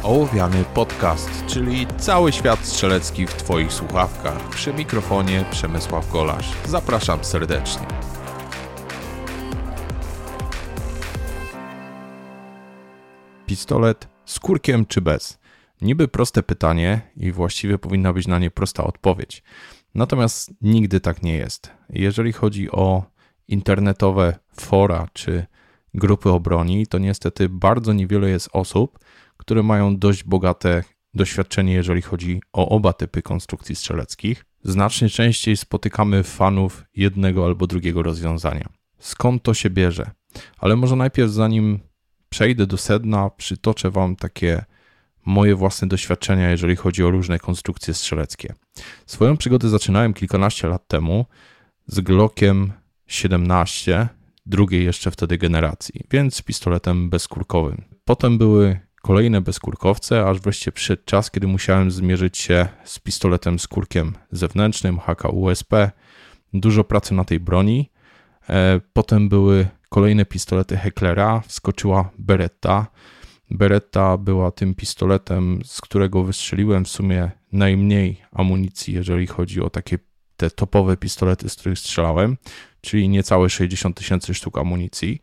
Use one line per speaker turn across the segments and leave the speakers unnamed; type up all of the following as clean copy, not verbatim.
Ołowiany Podcast, czyli cały świat strzelecki w Twoich słuchawkach. Przy mikrofonie Przemysław Golasz. Zapraszam serdecznie. Pistolet z kurkiem czy bez? Niby proste pytanie i właściwie powinna być na nie prosta odpowiedź. Natomiast nigdy tak nie jest. Jeżeli chodzi o internetowe fora czy grupy o broni, to niestety bardzo niewiele jest osób, które mają dość bogate doświadczenie, jeżeli chodzi o oba typy konstrukcji strzeleckich. Znacznie częściej spotykamy fanów jednego albo drugiego rozwiązania. Skąd to się bierze? Ale może najpierw, zanim przejdę do sedna, przytoczę Wam takie moje własne doświadczenia, jeżeli chodzi o różne konstrukcje strzeleckie. Swoją przygodę zaczynałem kilkanaście lat temu z Glockiem 17, drugiej jeszcze wtedy generacji, więc z pistoletem bezkurkowym. Potem były kolejne bezkurkowce, aż wreszcie przyszedł czas, kiedy musiałem zmierzyć się z pistoletem z kurkiem zewnętrznym, HK-USP. Dużo pracy na tej broni. Potem były kolejne pistolety Hecklera, wskoczyła Beretta. Beretta była tym pistoletem, z którego wystrzeliłem w sumie najmniej amunicji, jeżeli chodzi o te topowe pistolety, z których strzelałem, czyli niecałe 60 000 sztuk amunicji.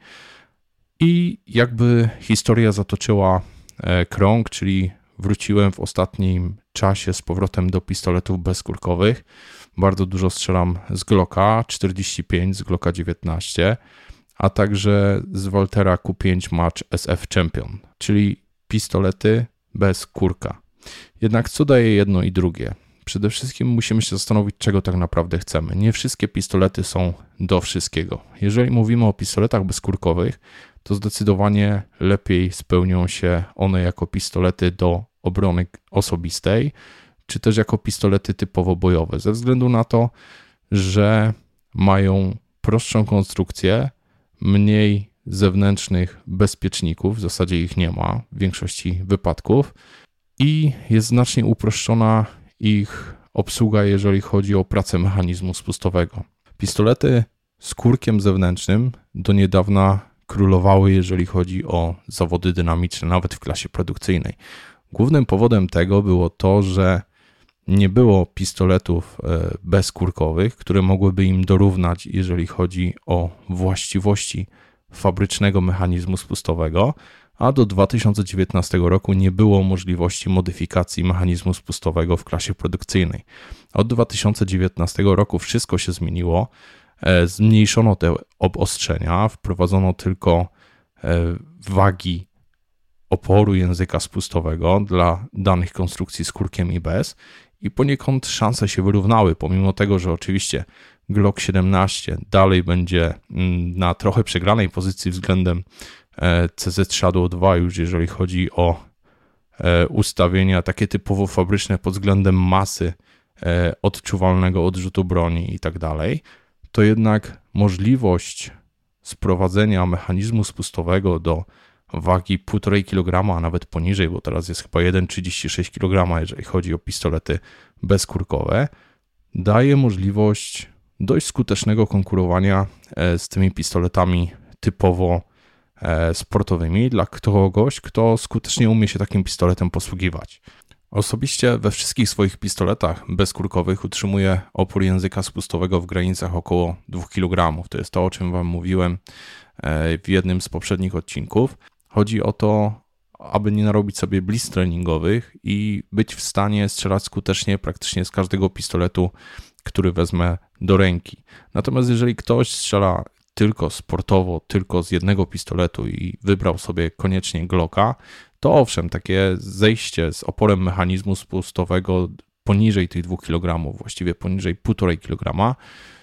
I jakby historia zatoczyła krąg, czyli wróciłem w ostatnim czasie z powrotem do pistoletów bezkurkowych. Bardzo dużo strzelam z Glocka 45, z Glocka 19, a także z Walthera Q5 Match SF Champion, czyli pistolety bez kurka. Jednak co daje jedno i drugie? Przede wszystkim musimy się zastanowić, czego tak naprawdę chcemy. Nie wszystkie pistolety są do wszystkiego. Jeżeli mówimy o pistoletach bezkurkowych, to zdecydowanie lepiej spełnią się one jako pistolety do obrony osobistej, czy też jako pistolety typowo bojowe, ze względu na to, że mają prostszą konstrukcję, mniej zewnętrznych bezpieczników, w zasadzie ich nie ma w większości wypadków i jest znacznie uproszczona ich obsługa, jeżeli chodzi o pracę mechanizmu spustowego. Pistolety z kurkiem zewnętrznym do niedawna królowały, jeżeli chodzi o zawody dynamiczne, nawet w klasie produkcyjnej. Głównym powodem tego było to, że nie było pistoletów bezkurkowych, które mogłyby im dorównać, jeżeli chodzi o właściwości fabrycznego mechanizmu spustowego, a do 2019 roku nie było możliwości modyfikacji mechanizmu spustowego w klasie produkcyjnej. Od 2019 roku wszystko się zmieniło, zmniejszono te obostrzenia, wprowadzono tylko wagi oporu języka spustowego dla danych konstrukcji z kurkiem i bez i poniekąd szanse się wyrównały, pomimo tego, że oczywiście Glock 17 dalej będzie na trochę przegranej pozycji względem CZ Shadow 2 już jeżeli chodzi o ustawienia takie typowo fabryczne pod względem masy odczuwalnego odrzutu broni i tak dalej, to jednak możliwość sprowadzenia mechanizmu spustowego do wagi 1,5 kg, a nawet poniżej, bo teraz jest chyba 1,36 kg, jeżeli chodzi o pistolety bezkurkowe, daje możliwość dość skutecznego konkurowania z tymi pistoletami typowo sportowymi dla kogoś, kto skutecznie umie się takim pistoletem posługiwać. Osobiście we wszystkich swoich pistoletach bezkurkowych utrzymuję opór języka spustowego w granicach około 2 kg. To jest to, o czym Wam mówiłem w jednym z poprzednich odcinków. Chodzi o to, aby nie narobić sobie blitz treningowych i być w stanie strzelać skutecznie praktycznie z każdego pistoletu, który wezmę do ręki. Natomiast jeżeli ktoś strzela tylko sportowo, tylko z jednego pistoletu i wybrał sobie koniecznie Glocka, to owszem, takie zejście z oporem mechanizmu spustowego poniżej tych 2 kg, właściwie poniżej 1,5 kg,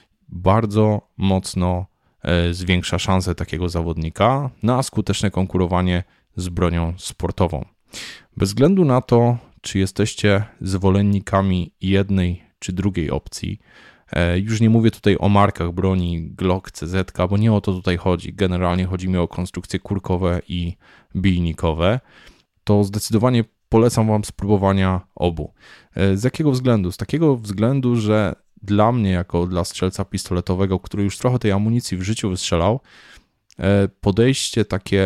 bardzo mocno zwiększa szanse takiego zawodnika na skuteczne konkurowanie z bronią sportową. Bez względu na to, czy jesteście zwolennikami jednej czy drugiej opcji, już nie mówię tutaj o markach broni Glock, CZ, bo nie o to tutaj chodzi. Generalnie chodzi mi o konstrukcje kurkowe i bijnikowe. To zdecydowanie polecam Wam spróbowania obu. Z jakiego względu? Z takiego względu, że dla mnie, jako dla strzelca pistoletowego, który już trochę tej amunicji w życiu wystrzelał, podejście takie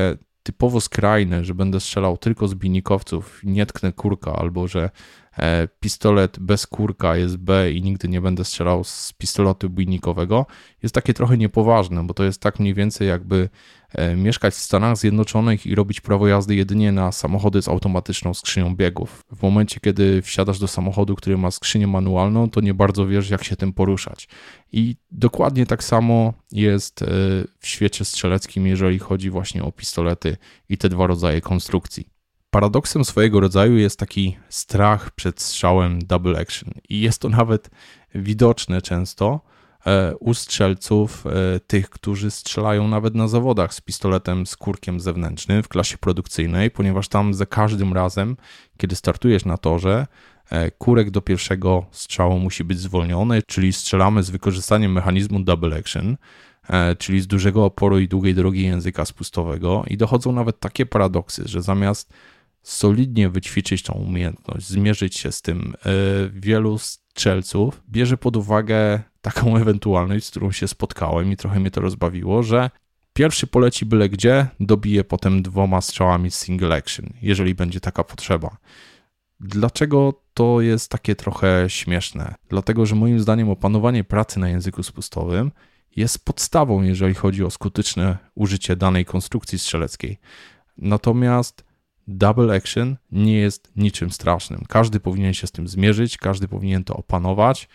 typowo skrajny, że będę strzelał tylko z bijnikowców, nie tknę kurka, albo że pistolet bez kurka jest B i nigdy nie będę strzelał z pistoletu bijnikowego, jest takie trochę niepoważne, bo to jest tak mniej więcej jakby mieszkać w Stanach Zjednoczonych i robić prawo jazdy jedynie na samochody z automatyczną skrzynią biegów. W momencie, kiedy wsiadasz do samochodu, który ma skrzynię manualną, to nie bardzo wiesz, jak się tym poruszać. I dokładnie tak samo jest w świecie strzeleckim, jeżeli chodzi właśnie o pistolety i te dwa rodzaje konstrukcji. Paradoksem swojego rodzaju jest taki strach przed strzałem double action i jest to nawet widoczne często u strzelców, tych, którzy strzelają nawet na zawodach z pistoletem z kurkiem zewnętrznym w klasie produkcyjnej, ponieważ tam za każdym razem, kiedy startujesz na torze, kurek do pierwszego strzału musi być zwolniony, czyli strzelamy z wykorzystaniem mechanizmu double action, czyli z dużego oporu i długiej drogi języka spustowego i dochodzą nawet takie paradoksy, że zamiast solidnie wyćwiczyć tą umiejętność, zmierzyć się z tym, wielu strzelców bierze pod uwagę taką ewentualność, z którą się spotkałem i trochę mnie to rozbawiło, że pierwszy poleci byle gdzie, dobije potem 2 strzałami z single action, jeżeli będzie taka potrzeba. Dlaczego to jest takie trochę śmieszne? Dlatego, że moim zdaniem opanowanie pracy na języku spustowym jest podstawą, jeżeli chodzi o skuteczne użycie danej konstrukcji strzeleckiej. Natomiast double action nie jest niczym strasznym. Każdy powinien się z tym zmierzyć, każdy powinien to opanować.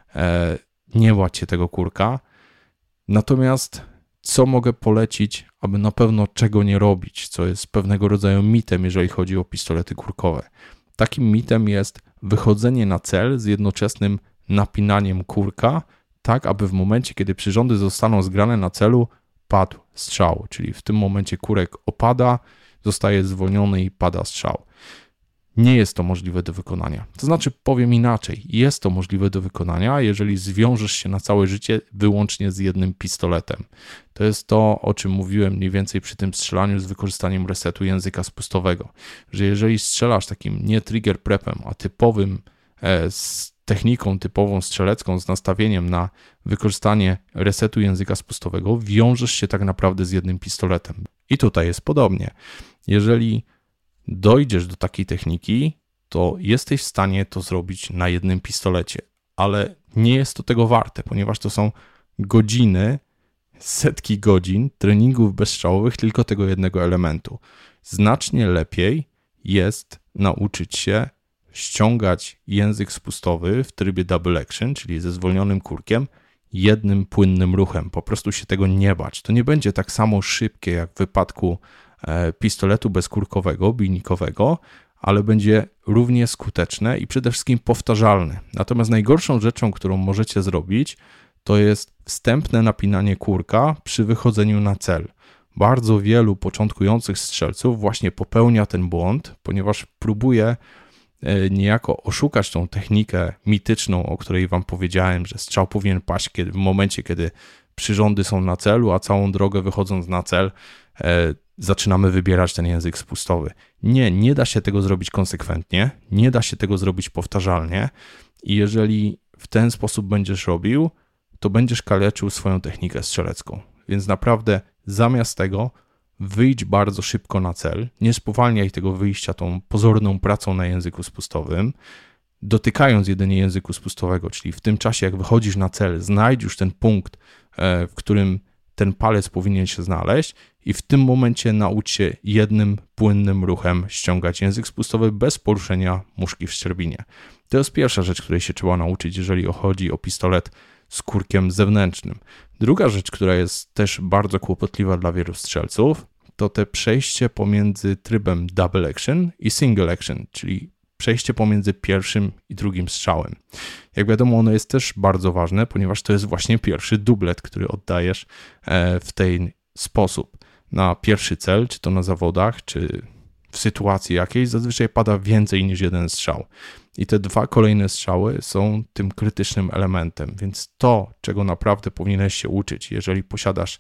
Nie bać się tego kurka. Natomiast co mogę polecić, aby na pewno czego nie robić, co jest pewnego rodzaju mitem, jeżeli chodzi o pistolety kurkowe. Takim mitem jest wychodzenie na cel z jednoczesnym napinaniem kurka, tak aby w momencie, kiedy przyrządy zostaną zgrane na celu, padł strzał. Czyli w tym momencie kurek opada, zostaje zwolniony i pada strzał. Nie jest to możliwe do wykonania. To znaczy, powiem inaczej, jest to możliwe do wykonania, jeżeli zwiążesz się na całe życie wyłącznie z jednym pistoletem. To jest to, o czym mówiłem mniej więcej przy tym strzelaniu z wykorzystaniem resetu języka spustowego, że jeżeli strzelasz takim nie trigger prepem, a typowym z techniką typową strzelecką, z nastawieniem na wykorzystanie resetu języka spustowego, wiążesz się tak naprawdę z jednym pistoletem. I tutaj jest podobnie. Jeżeli dojdziesz do takiej techniki, to jesteś w stanie to zrobić na jednym pistolecie, ale nie jest to tego warte, ponieważ to są godziny, setki godzin treningów bezstrzałowych tylko tego jednego elementu. Znacznie lepiej jest nauczyć się ściągać język spustowy w trybie double action, czyli ze zwolnionym kurkiem, jednym płynnym ruchem. Po prostu się tego nie bać. To nie będzie tak samo szybkie jak w wypadku pistoletu bezkurkowego, bijnikowego, ale będzie równie skuteczne i przede wszystkim powtarzalne. Natomiast najgorszą rzeczą, którą możecie zrobić, to jest wstępne napinanie kurka przy wychodzeniu na cel. Bardzo wielu początkujących strzelców właśnie popełnia ten błąd, ponieważ próbuje niejako oszukać tą technikę mityczną, o której wam powiedziałem, że strzał powinien paść w momencie, kiedy przyrządy są na celu, a całą drogę wychodząc na cel zaczynamy wybierać ten język spustowy. Nie da się tego zrobić konsekwentnie, nie da się tego zrobić powtarzalnie i jeżeli w ten sposób będziesz robił, to będziesz kaleczył swoją technikę strzelecką. Więc naprawdę zamiast tego wyjdź bardzo szybko na cel, nie spowalniaj tego wyjścia tą pozorną pracą na języku spustowym, dotykając jedynie języku spustowego, czyli w tym czasie jak wychodzisz na cel, znajdź już ten punkt, w którym ten palec powinien się znaleźć i w tym momencie naucz się jednym płynnym ruchem ściągać język spustowy bez poruszenia muszki w szczerbinie. To jest pierwsza rzecz, której się trzeba nauczyć, jeżeli chodzi o pistolet z kurkiem zewnętrznym. Druga rzecz, która jest też bardzo kłopotliwa dla wielu strzelców, to te przejście pomiędzy trybem double action i single action, czyli przejście pomiędzy pierwszym i drugim strzałem. Jak wiadomo, ono jest też bardzo ważne, ponieważ to jest właśnie pierwszy dublet, który oddajesz w ten sposób. Na pierwszy cel, czy to na zawodach, czy w sytuacji jakiejś, zazwyczaj pada więcej niż jeden strzał. I te 2 kolejne strzały są tym krytycznym elementem, więc to, czego naprawdę powinieneś się uczyć, jeżeli posiadasz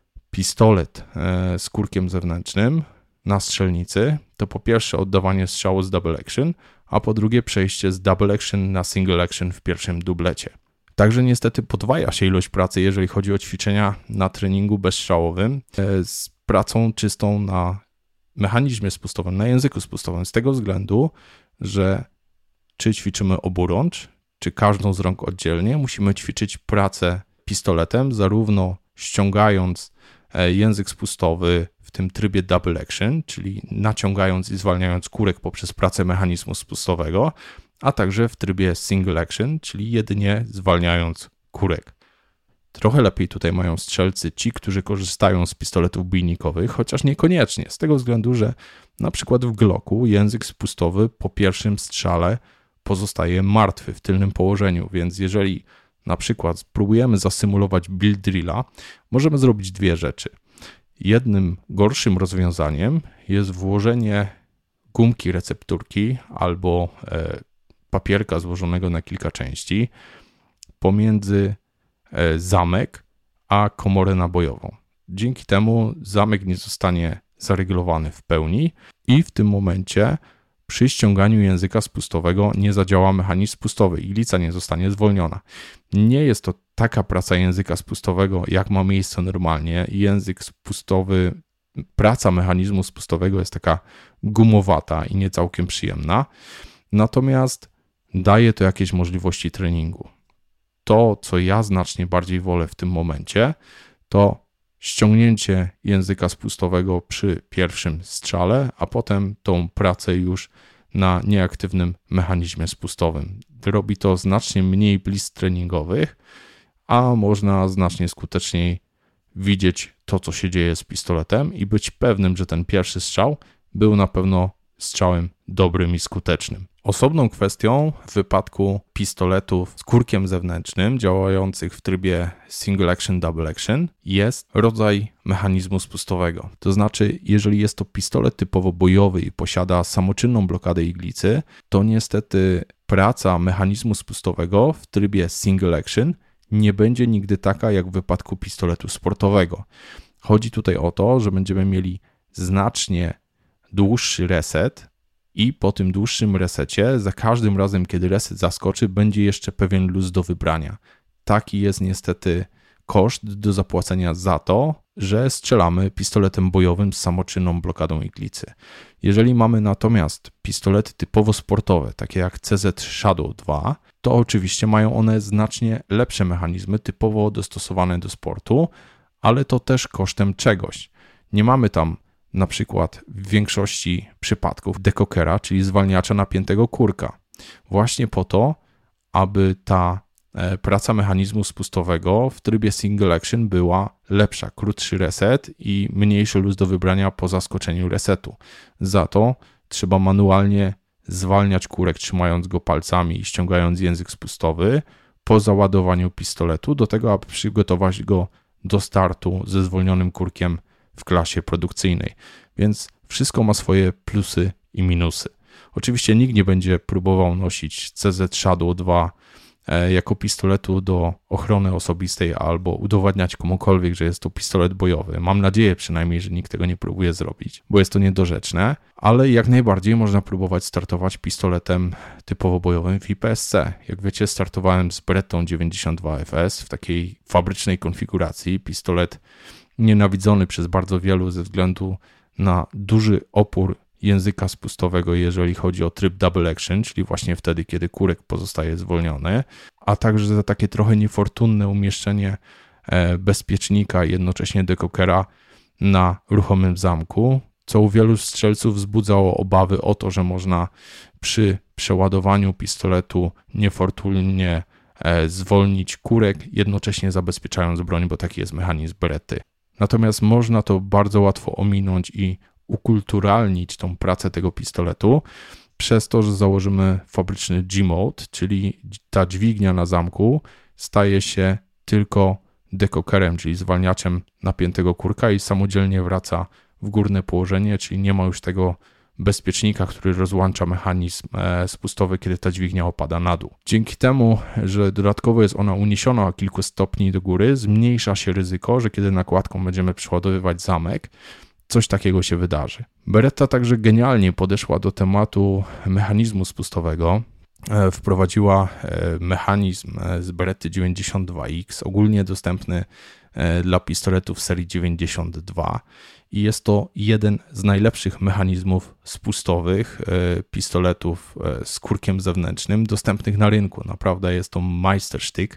pistolet z kurkiem zewnętrznym na strzelnicy, to po pierwsze oddawanie strzału z double action, a po drugie przejście z double action na single action w pierwszym dublecie. Także niestety podwaja się ilość pracy, jeżeli chodzi o ćwiczenia na treningu bezstrzałowym z pracą czystą na mechanizmie spustowym, na języku spustowym z tego względu, że czy ćwiczymy oburącz, czy każdą z rąk oddzielnie, musimy ćwiczyć pracę pistoletem, zarówno ściągając język spustowy w tym trybie double action, czyli naciągając i zwalniając kurek poprzez pracę mechanizmu spustowego, a także w trybie single action, czyli jedynie zwalniając kurek. Trochę lepiej tutaj mają strzelcy ci, którzy korzystają z pistoletów bujnikowych, chociaż niekoniecznie, z tego względu, że na przykład w Glocku język spustowy po pierwszym strzale pozostaje martwy w tylnym położeniu, więc jeżeli na przykład spróbujemy zasymulować Bill Drilla, możemy zrobić dwie rzeczy. Jednym gorszym rozwiązaniem jest włożenie gumki recepturki albo papierka złożonego na kilka części pomiędzy zamek a komorę nabojową. Dzięki temu zamek nie zostanie zaregulowany w pełni i w tym momencie przy ściąganiu języka spustowego nie zadziała mechanizm spustowy, iglica nie zostanie zwolniona. Nie jest to taka praca języka spustowego, jak ma miejsce normalnie. Język spustowy, praca mechanizmu spustowego jest taka gumowata i nie całkiem przyjemna, natomiast daje to jakieś możliwości treningu. To, co ja znacznie bardziej wolę w tym momencie, to ściągnięcie języka spustowego przy pierwszym strzale, a potem tą pracę już na nieaktywnym mechanizmie spustowym. Robi to znacznie mniej blizn treningowych, a można znacznie skuteczniej widzieć to, co się dzieje z pistoletem i być pewnym, że ten pierwszy strzał był na pewno strzałem dobrym i skutecznym. Osobną kwestią w wypadku pistoletów z kurkiem zewnętrznym działających w trybie single action, double action jest rodzaj mechanizmu spustowego. To znaczy, jeżeli jest to pistolet typowo bojowy i posiada samoczynną blokadę iglicy, to niestety praca mechanizmu spustowego w trybie single action nie będzie nigdy taka jak w wypadku pistoletu sportowego. Chodzi tutaj o to, że będziemy mieli znacznie dłuższy reset i po tym dłuższym resecie za każdym razem, kiedy reset zaskoczy, będzie jeszcze pewien luz do wybrania. Taki jest niestety koszt do zapłacenia za to, że strzelamy pistoletem bojowym z samoczynną blokadą iglicy. Jeżeli mamy natomiast pistolety typowo sportowe, takie jak CZ Shadow 2, to oczywiście mają one znacznie lepsze mechanizmy typowo dostosowane do sportu, ale to też kosztem czegoś. Nie mamy tam na przykład w większości przypadków decockera, czyli zwalniacza napiętego kurka. Właśnie po to, aby ta praca mechanizmu spustowego w trybie single action była lepsza, krótszy reset i mniejszy luz do wybrania po zaskoczeniu resetu. Za to trzeba manualnie zwalniać kurek, trzymając go palcami i ściągając język spustowy po załadowaniu pistoletu do tego, aby przygotować go do startu ze zwolnionym kurkiem w klasie produkcyjnej, więc wszystko ma swoje plusy i minusy. Oczywiście nikt nie będzie próbował nosić CZ Shadow 2 jako pistoletu do ochrony osobistej albo udowadniać komukolwiek, że jest to pistolet bojowy. Mam nadzieję przynajmniej, że nikt tego nie próbuje zrobić, bo jest to niedorzeczne, ale jak najbardziej można próbować startować pistoletem typowo bojowym w IPSC. Jak wiecie, startowałem z Berettą 92 FS w takiej fabrycznej konfiguracji. Pistolet nienawidzony przez bardzo wielu ze względu na duży opór języka spustowego, jeżeli chodzi o tryb double action, czyli właśnie wtedy, kiedy kurek pozostaje zwolniony, a także za takie trochę niefortunne umieszczenie bezpiecznika i jednocześnie decockera na ruchomym zamku, co u wielu strzelców wzbudzało obawy o to, że można przy przeładowaniu pistoletu niefortunnie zwolnić kurek, jednocześnie zabezpieczając broń, bo taki jest mechanizm Beretty. Natomiast można to bardzo łatwo ominąć i ukulturalnić tą pracę tego pistoletu przez to, że założymy fabryczny G-mode, czyli ta dźwignia na zamku staje się tylko decockerem, czyli zwalniaczem napiętego kurka i samodzielnie wraca w górne położenie, czyli nie ma już tego bezpiecznika, który rozłącza mechanizm spustowy, kiedy ta dźwignia opada na dół. Dzięki temu, że dodatkowo jest ona uniesiona o kilku stopni do góry, zmniejsza się ryzyko, że kiedy nakładką będziemy przeładowywać zamek, coś takiego się wydarzy. Beretta także genialnie podeszła do tematu mechanizmu spustowego. Wprowadziła mechanizm z Beretty 92X, ogólnie dostępny dla pistoletów serii 92 i jest to jeden z najlepszych mechanizmów spustowych pistoletów z kurkiem zewnętrznym dostępnych na rynku. Naprawdę jest to majstersztyk,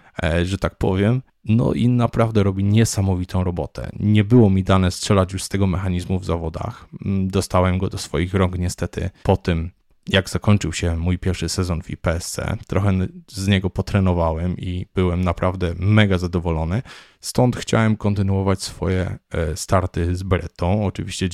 że tak powiem. No i naprawdę robi niesamowitą robotę. Nie było mi dane strzelać już z tego mechanizmu w zawodach. Dostałem go do swoich rąk niestety po tym, jak zakończył się mój pierwszy sezon w IPSC. Trochę z niego potrenowałem i byłem naprawdę mega zadowolony. Stąd chciałem kontynuować swoje starty z Berettą, oczywiście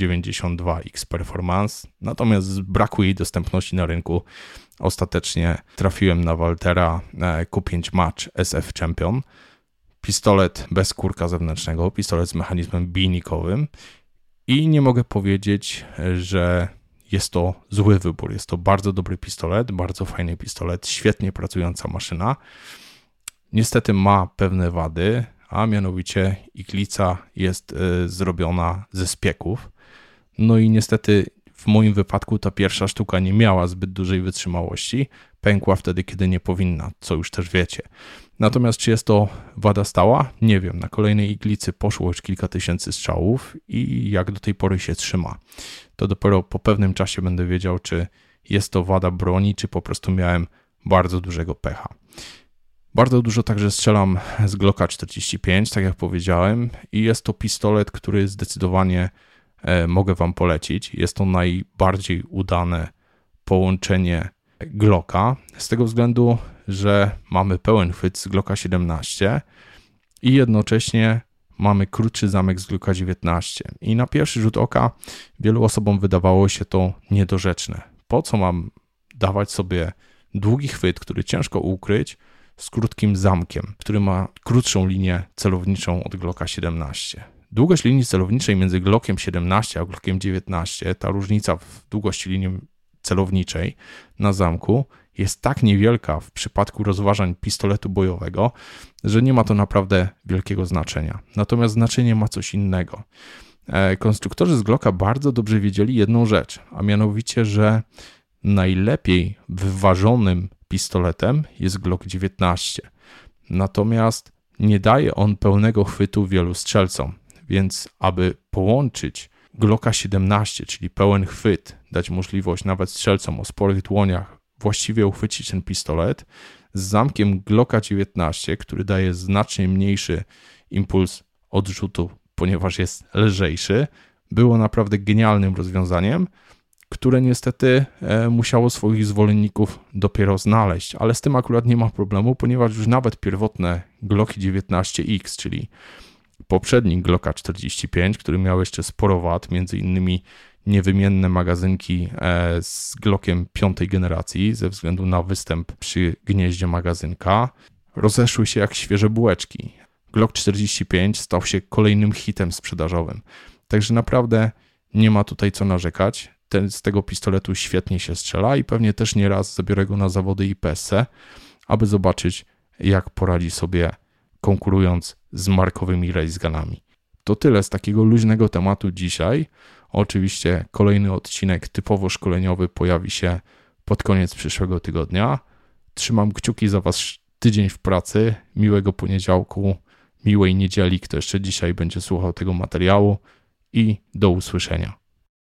92X Performance. Natomiast z braku jej dostępności na rynku ostatecznie trafiłem na Walthera Q5 Match SF Champion. Pistolet bez kurka zewnętrznego, pistolet z mechanizmem bijnikowym i nie mogę powiedzieć, że jest to zły wybór. Jest to bardzo dobry pistolet, bardzo fajny pistolet, świetnie pracująca maszyna. Niestety ma pewne wady, a mianowicie iglica jest zrobiona ze spieków. No i niestety w moim wypadku ta pierwsza sztuka nie miała zbyt dużej wytrzymałości. Pękła wtedy, kiedy nie powinna, co już też wiecie. Natomiast czy jest to wada stała? Nie wiem. Na kolejnej iglicy poszło już kilka tysięcy strzałów i jak do tej pory się trzyma. To dopiero po pewnym czasie będę wiedział, czy jest to wada broni, czy po prostu miałem bardzo dużego pecha. Bardzo dużo także strzelam z Glocka 45, tak jak powiedziałem, i jest to pistolet, który zdecydowanie mogę Wam polecić. Jest to najbardziej udane połączenie Glocka, z tego względu, że mamy pełen chwyt z Glocka 17 i jednocześnie mamy krótszy zamek z Glocka 19. I na pierwszy rzut oka wielu osobom wydawało się to niedorzeczne. Po co mam dawać sobie długi chwyt, który ciężko ukryć, z krótkim zamkiem, który ma krótszą linię celowniczą od Glocka 17. Długość linii celowniczej między Glockiem 17 a Glockiem 19, ta różnica w długości linii celowniczej na zamku jest tak niewielka w przypadku rozważań pistoletu bojowego, że nie ma to naprawdę wielkiego znaczenia. Natomiast znaczenie ma coś innego. Konstruktorzy z Glocka bardzo dobrze wiedzieli jedną rzecz, a mianowicie, że najlepiej wyważonym pistoletem jest Glock 19. Natomiast nie daje on pełnego chwytu wielu strzelcom, więc aby połączyć Glocka 17, czyli pełen chwyt, dać możliwość nawet strzelcom o sporych dłoniach właściwie uchwycić ten pistolet, z zamkiem Glocka 19, który daje znacznie mniejszy impuls odrzutu, ponieważ jest lżejszy, było naprawdę genialnym rozwiązaniem, które niestety musiało swoich zwolenników dopiero znaleźć, ale z tym akurat nie ma problemu, ponieważ już nawet pierwotne Glocki 19X, czyli poprzedni Glocka 45, który miał jeszcze sporo wad, między innymi niewymienne magazynki z Glockiem 5. generacji ze względu na występ przy gnieździe magazynka, rozeszły się jak świeże bułeczki. Glock 45 stał się kolejnym hitem sprzedażowym. Także naprawdę nie ma tutaj co narzekać. Z tego pistoletu świetnie się strzela i pewnie też nieraz zabiorę go na zawody IPSC, aby zobaczyć, jak poradzi sobie konkurując z markowymi racegunami. To tyle z takiego luźnego tematu dzisiaj. Oczywiście kolejny odcinek typowo szkoleniowy pojawi się pod koniec przyszłego tygodnia. Trzymam kciuki za Was tydzień w pracy. Miłego poniedziałku, miłej niedzieli, kto jeszcze dzisiaj będzie słuchał tego materiału i do usłyszenia.